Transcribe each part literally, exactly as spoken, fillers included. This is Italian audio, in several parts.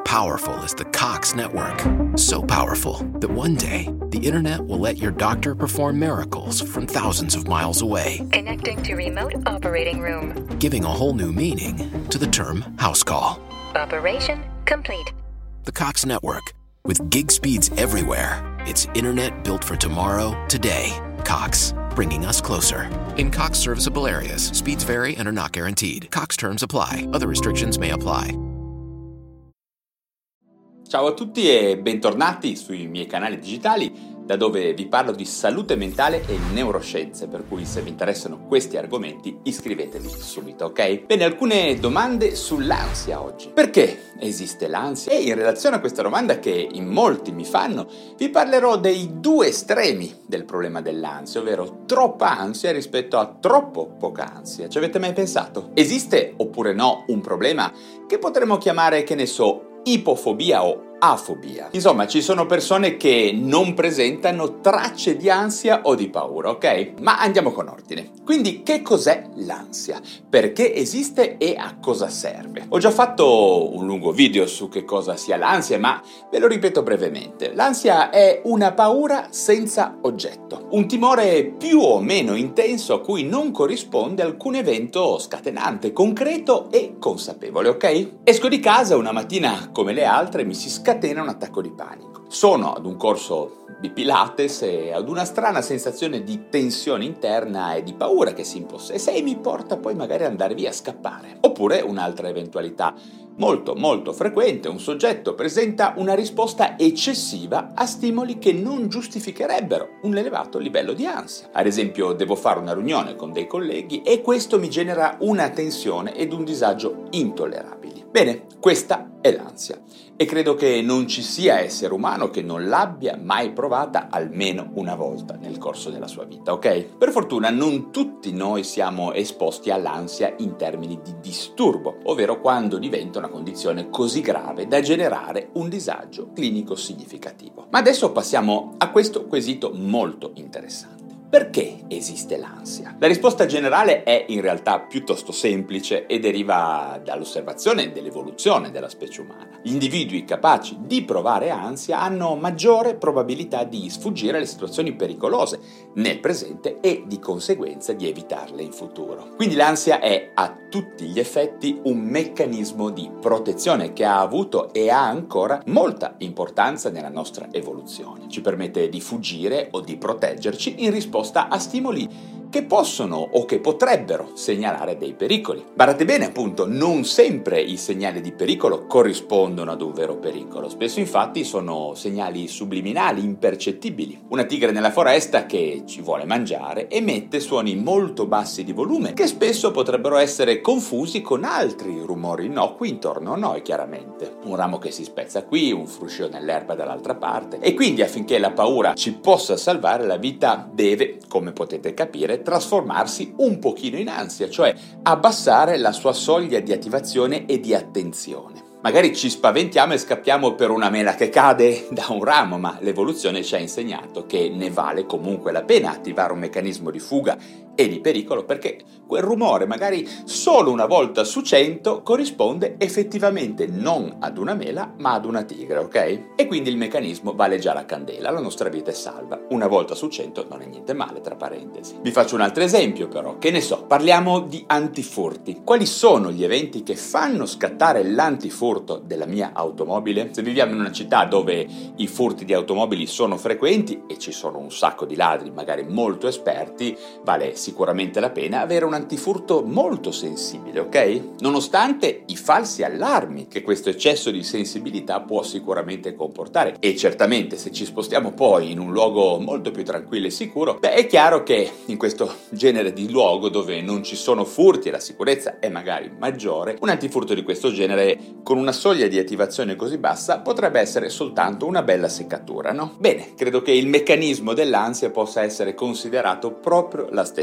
powerful is the Cox network. So powerful that one day, the internet will let your doctor perform miracles from thousands of miles away. Connecting to remote operating room. Giving a whole new meaning to the term house call. Operation complete. The Cox network. With gig speeds everywhere. It's internet built for tomorrow, today. Cox, bringing us closer. In Cox serviceable areas, speeds vary and are not guaranteed. Cox terms apply. Other restrictions may apply. Ciao a tutti e bentornati sui miei canali digitali, da dove vi parlo di salute mentale e neuroscienze, per cui se vi interessano questi argomenti iscrivetevi subito, ok? Bene, alcune domande sull'ansia oggi. Perché esiste l'ansia? E in relazione a questa domanda che in molti mi fanno, vi parlerò dei due estremi del problema dell'ansia, ovvero troppa ansia rispetto a troppo poca ansia. Ci avete mai pensato? Esiste oppure no un problema che potremmo chiamare, che ne so, ipofobia o afobia? Insomma, ci sono persone che non presentano tracce di ansia o di paura, ok? Ma andiamo con ordine. Quindi, che cos'è l'ansia? Perché esiste e a cosa serve? Ho già fatto un lungo video su che cosa sia l'ansia, ma ve lo ripeto brevemente. L'ansia è una paura senza oggetto, un timore più o meno intenso a cui non corrisponde alcun evento scatenante, concreto e consapevole, ok? Esco di casa una mattina come le altre, mi si scatena un attacco di panico. Sono ad un corso di Pilates e ad una strana sensazione di tensione interna e di paura che si impossessa e mi porta poi magari ad andare via a scappare. Oppure un'altra eventualità molto molto frequente, un soggetto presenta una risposta eccessiva a stimoli che non giustificherebbero un elevato livello di ansia. Ad esempio, devo fare una riunione con dei colleghi e questo mi genera una tensione ed un disagio intollerabili. Bene, questa è l'ansia e credo che non ci sia essere umano che non l'abbia mai provata almeno una volta nel corso della sua vita, ok? Per fortuna non tutti noi siamo esposti all'ansia in termini di disturbo, ovvero quando diventa una condizione così grave da generare un disagio clinico significativo. Ma adesso passiamo a questo quesito molto interessante. Perché esiste l'ansia? La risposta generale è in realtà piuttosto semplice e deriva dall'osservazione dell'evoluzione della specie umana. Gli individui capaci di provare ansia hanno maggiore probabilità di sfuggire alle situazioni pericolose nel presente e di conseguenza di evitarle in futuro. Quindi l'ansia è a tutti gli effetti un meccanismo di protezione che ha avuto e ha ancora molta importanza nella nostra evoluzione. Ci permette di fuggire o di proteggerci in risposta a stimoli che possono o che potrebbero segnalare dei pericoli. Badate bene, appunto, non sempre i segnali di pericolo corrispondono ad un vero pericolo. Spesso infatti sono segnali subliminali, impercettibili. Una tigre nella foresta che ci vuole mangiare emette suoni molto bassi di volume che spesso potrebbero essere confusi con altri rumori innocui intorno a noi, chiaramente. Un ramo che si spezza qui, un fruscio nell'erba dall'altra parte. E quindi affinché la paura ci possa salvare, la vita deve, come potete capire, trasformarsi un pochino in ansia, cioè abbassare la sua soglia di attivazione e di attenzione. Magari ci spaventiamo e scappiamo per una mela che cade da un ramo, ma l'evoluzione ci ha insegnato che ne vale comunque la pena attivare un meccanismo di fuga e di pericolo, perché quel rumore, magari solo una volta su cento, corrisponde effettivamente non ad una mela, ma ad una tigre, ok? E quindi il meccanismo vale già la candela, la nostra vita è salva. Una volta su cento non è niente male, tra parentesi. Vi faccio un altro esempio però, che ne so, parliamo di antifurti. Quali sono gli eventi che fanno scattare l'antifurto della mia automobile? Se viviamo in una città dove i furti di automobili sono frequenti e ci sono un sacco di ladri, magari molto esperti, vale sicuramente la pena avere un antifurto molto sensibile, ok? Nonostante i falsi allarmi che questo eccesso di sensibilità può sicuramente comportare. E certamente se ci spostiamo poi in un luogo molto più tranquillo e sicuro, beh, è chiaro che in questo genere di luogo dove non ci sono furti e la sicurezza è magari maggiore, un antifurto di questo genere con una soglia di attivazione così bassa potrebbe essere soltanto una bella seccatura, no? Bene, credo che il meccanismo dell'ansia possa essere considerato proprio la stessa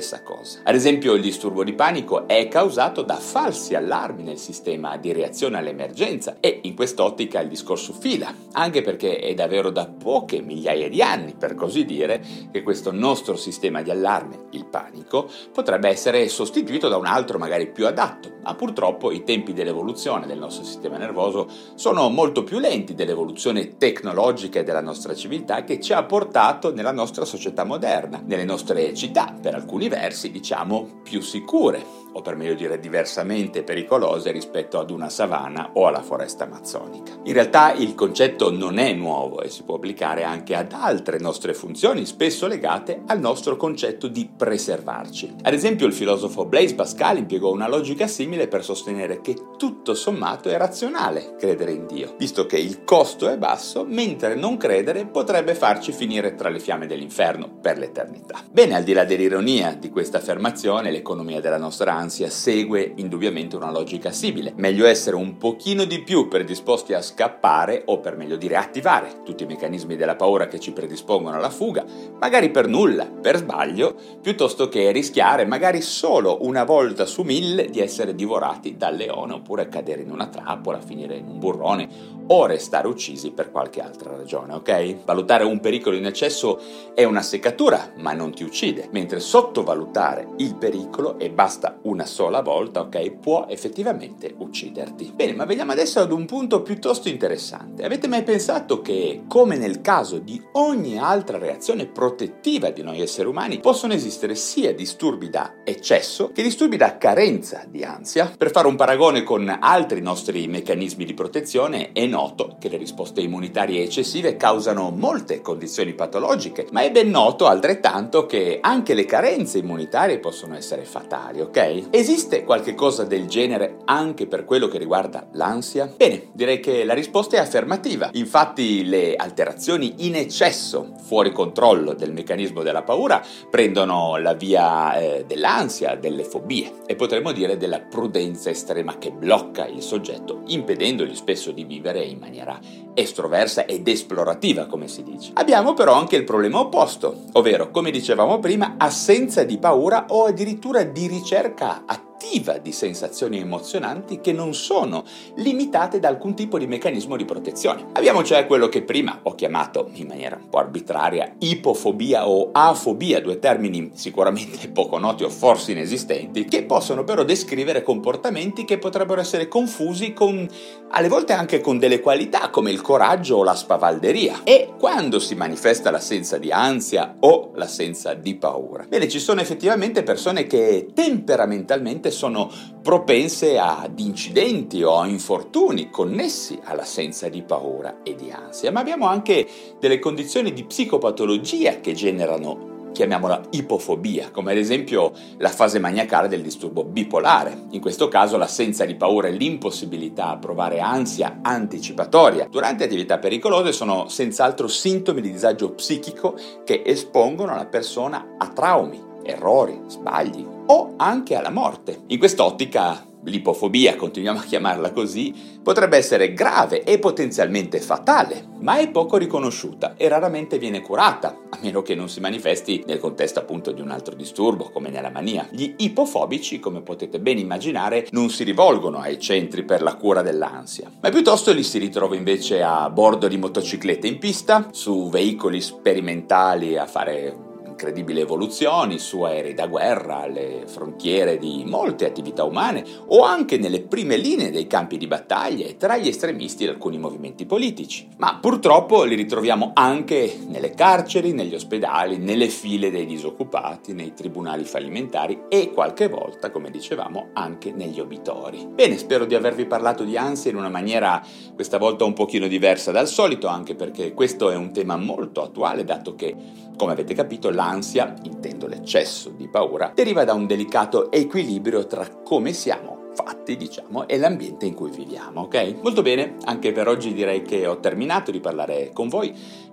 stessa cosa. Ad esempio, il disturbo di panico è causato da falsi allarmi nel sistema di reazione all'emergenza e in quest'ottica il discorso fila, anche perché è davvero da poche migliaia di anni, per così dire, che questo nostro sistema di allarme, il panico, potrebbe essere sostituito da un altro magari più adatto, ma purtroppo i tempi dell'evoluzione del nostro sistema nervoso sono molto più lenti dell'evoluzione tecnologica e della nostra civiltà che ci ha portato nella nostra società moderna, nelle nostre città, per alcuni versi diciamo più sicure, o per meglio dire diversamente pericolose rispetto ad una savana o alla foresta amazzonica. In realtà il concetto non è nuovo e si può applicare anche ad altre nostre funzioni, spesso legate al nostro concetto di preservarci. Ad esempio, il filosofo Blaise Pascal impiegò una logica simile per sostenere che tutto sommato è razionale credere in Dio, visto che il costo è basso, mentre non credere potrebbe farci finire tra le fiamme dell'inferno per l'eternità. Bene, al di là dell'ironia di questa affermazione, l'economia della nostra ansia segue indubbiamente una logica simile. Meglio essere un pochino di più predisposti a scappare, o per meglio dire attivare tutti i meccanismi della paura che ci predispongono alla fuga, magari per nulla, per sbaglio, piuttosto che rischiare magari solo una volta su mille di essere divorati dal leone, oppure cadere in una trappola, finire in un burrone o restare uccisi per qualche altra ragione, ok? Valutare un pericolo in eccesso è una seccatura, ma non ti uccide, mentre sottovalutare il pericolo, e basta una sola volta, ok, può effettivamente ucciderti. Bene, ma veniamo adesso ad un punto piuttosto interessante. Avete mai pensato che, come nel caso di ogni altra reazione protettiva di noi esseri umani, possono esistere sia disturbi da eccesso che disturbi da carenza di ansia? Per fare un paragone con altri nostri meccanismi di protezione, è noto che le risposte immunitarie eccessive causano molte condizioni patologiche, ma è ben noto altrettanto che anche le carenze immunitarie possono essere fatali, ok? Esiste qualche cosa del genere anche per quello che riguarda l'ansia? Bene, direi che la risposta è affermativa. Infatti le alterazioni in eccesso, fuori controllo del meccanismo della paura, prendono la via eh, dell'ansia, delle fobie e potremmo dire della prudenza estrema che blocca il soggetto, impedendogli spesso di vivere in maniera estroversa ed esplorativa, come si dice. Abbiamo però anche il problema opposto, ovvero, come dicevamo prima, assenza di paura o addirittura di ricerca attiva di sensazioni emozionanti che non sono limitate da alcun tipo di meccanismo di protezione. Abbiamo cioè quello che prima ho chiamato in maniera un po' arbitraria ipofobia o afobia, due termini sicuramente poco noti o forse inesistenti, che possono però descrivere comportamenti che potrebbero essere confusi con, alle volte anche con delle qualità come il coraggio o la spavalderia. E quando si manifesta l'assenza di ansia o l'assenza di paura? Bene, ci sono effettivamente persone che temperamentalmente sono propense ad incidenti o a infortuni connessi all'assenza di paura e di ansia, ma abbiamo anche delle condizioni di psicopatologia che generano, chiamiamola ipofobia, come ad esempio la fase maniacale del disturbo bipolare. In questo caso l'assenza di paura e l'impossibilità a provare ansia anticipatoria durante attività pericolose sono senz'altro sintomi di disagio psichico che espongono la persona a traumi, errori, sbagli o anche alla morte. In quest'ottica l'ipofobia, continuiamo a chiamarla così, potrebbe essere grave e potenzialmente fatale, ma è poco riconosciuta e raramente viene curata, a meno che non si manifesti nel contesto appunto di un altro disturbo, come nella mania. Gli ipofobici, come potete ben immaginare, non si rivolgono ai centri per la cura dell'ansia, ma piuttosto li si ritrova invece a bordo di motociclette in pista, su veicoli sperimentali a fare incredibili evoluzioni, su aerei da guerra, alle frontiere di molte attività umane o anche nelle prime linee dei campi di battaglia e tra gli estremisti di alcuni movimenti politici. Ma purtroppo li ritroviamo anche nelle carceri, negli ospedali, nelle file dei disoccupati, nei tribunali fallimentari e qualche volta, come dicevamo, anche negli obitori. Bene, spero di avervi parlato di ansia in una maniera questa volta un pochino diversa dal solito, anche perché questo è un tema molto attuale, dato che, come avete capito, l'ansia, intendo l'eccesso di paura, deriva da un delicato equilibrio tra come siamo fatti, diciamo, e l'ambiente in cui viviamo, ok? Molto bene, anche per oggi direi che ho terminato di parlare con voi.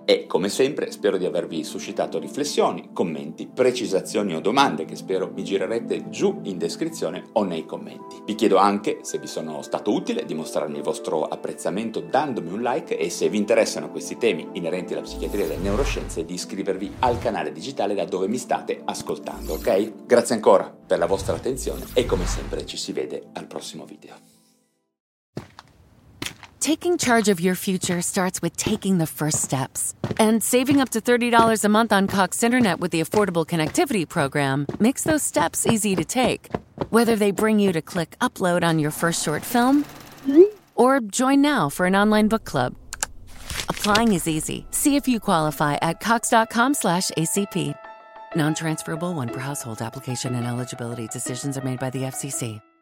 E come sempre spero di avervi suscitato riflessioni, commenti, precisazioni o domande che spero mi girerete giù in descrizione o nei commenti. Vi chiedo anche, se vi sono stato utile, di mostrarmi il vostro apprezzamento dandomi un like e se vi interessano questi temi inerenti alla psichiatria e alle neuroscienze di iscrivervi al canale digitale da dove mi state ascoltando, ok? Grazie ancora per la vostra attenzione e come sempre ci si vede al prossimo video. Taking charge of your future starts with taking the first steps. And saving up to thirty dollars a month on Cox Internet with the Affordable Connectivity Program makes those steps easy to take. Whether they bring you to click upload on your first short film or join now for an online book club. Applying is easy. See if you qualify at cox.com slash ACP. Non-transferable one per household application and eligibility decisions are made by the F C C.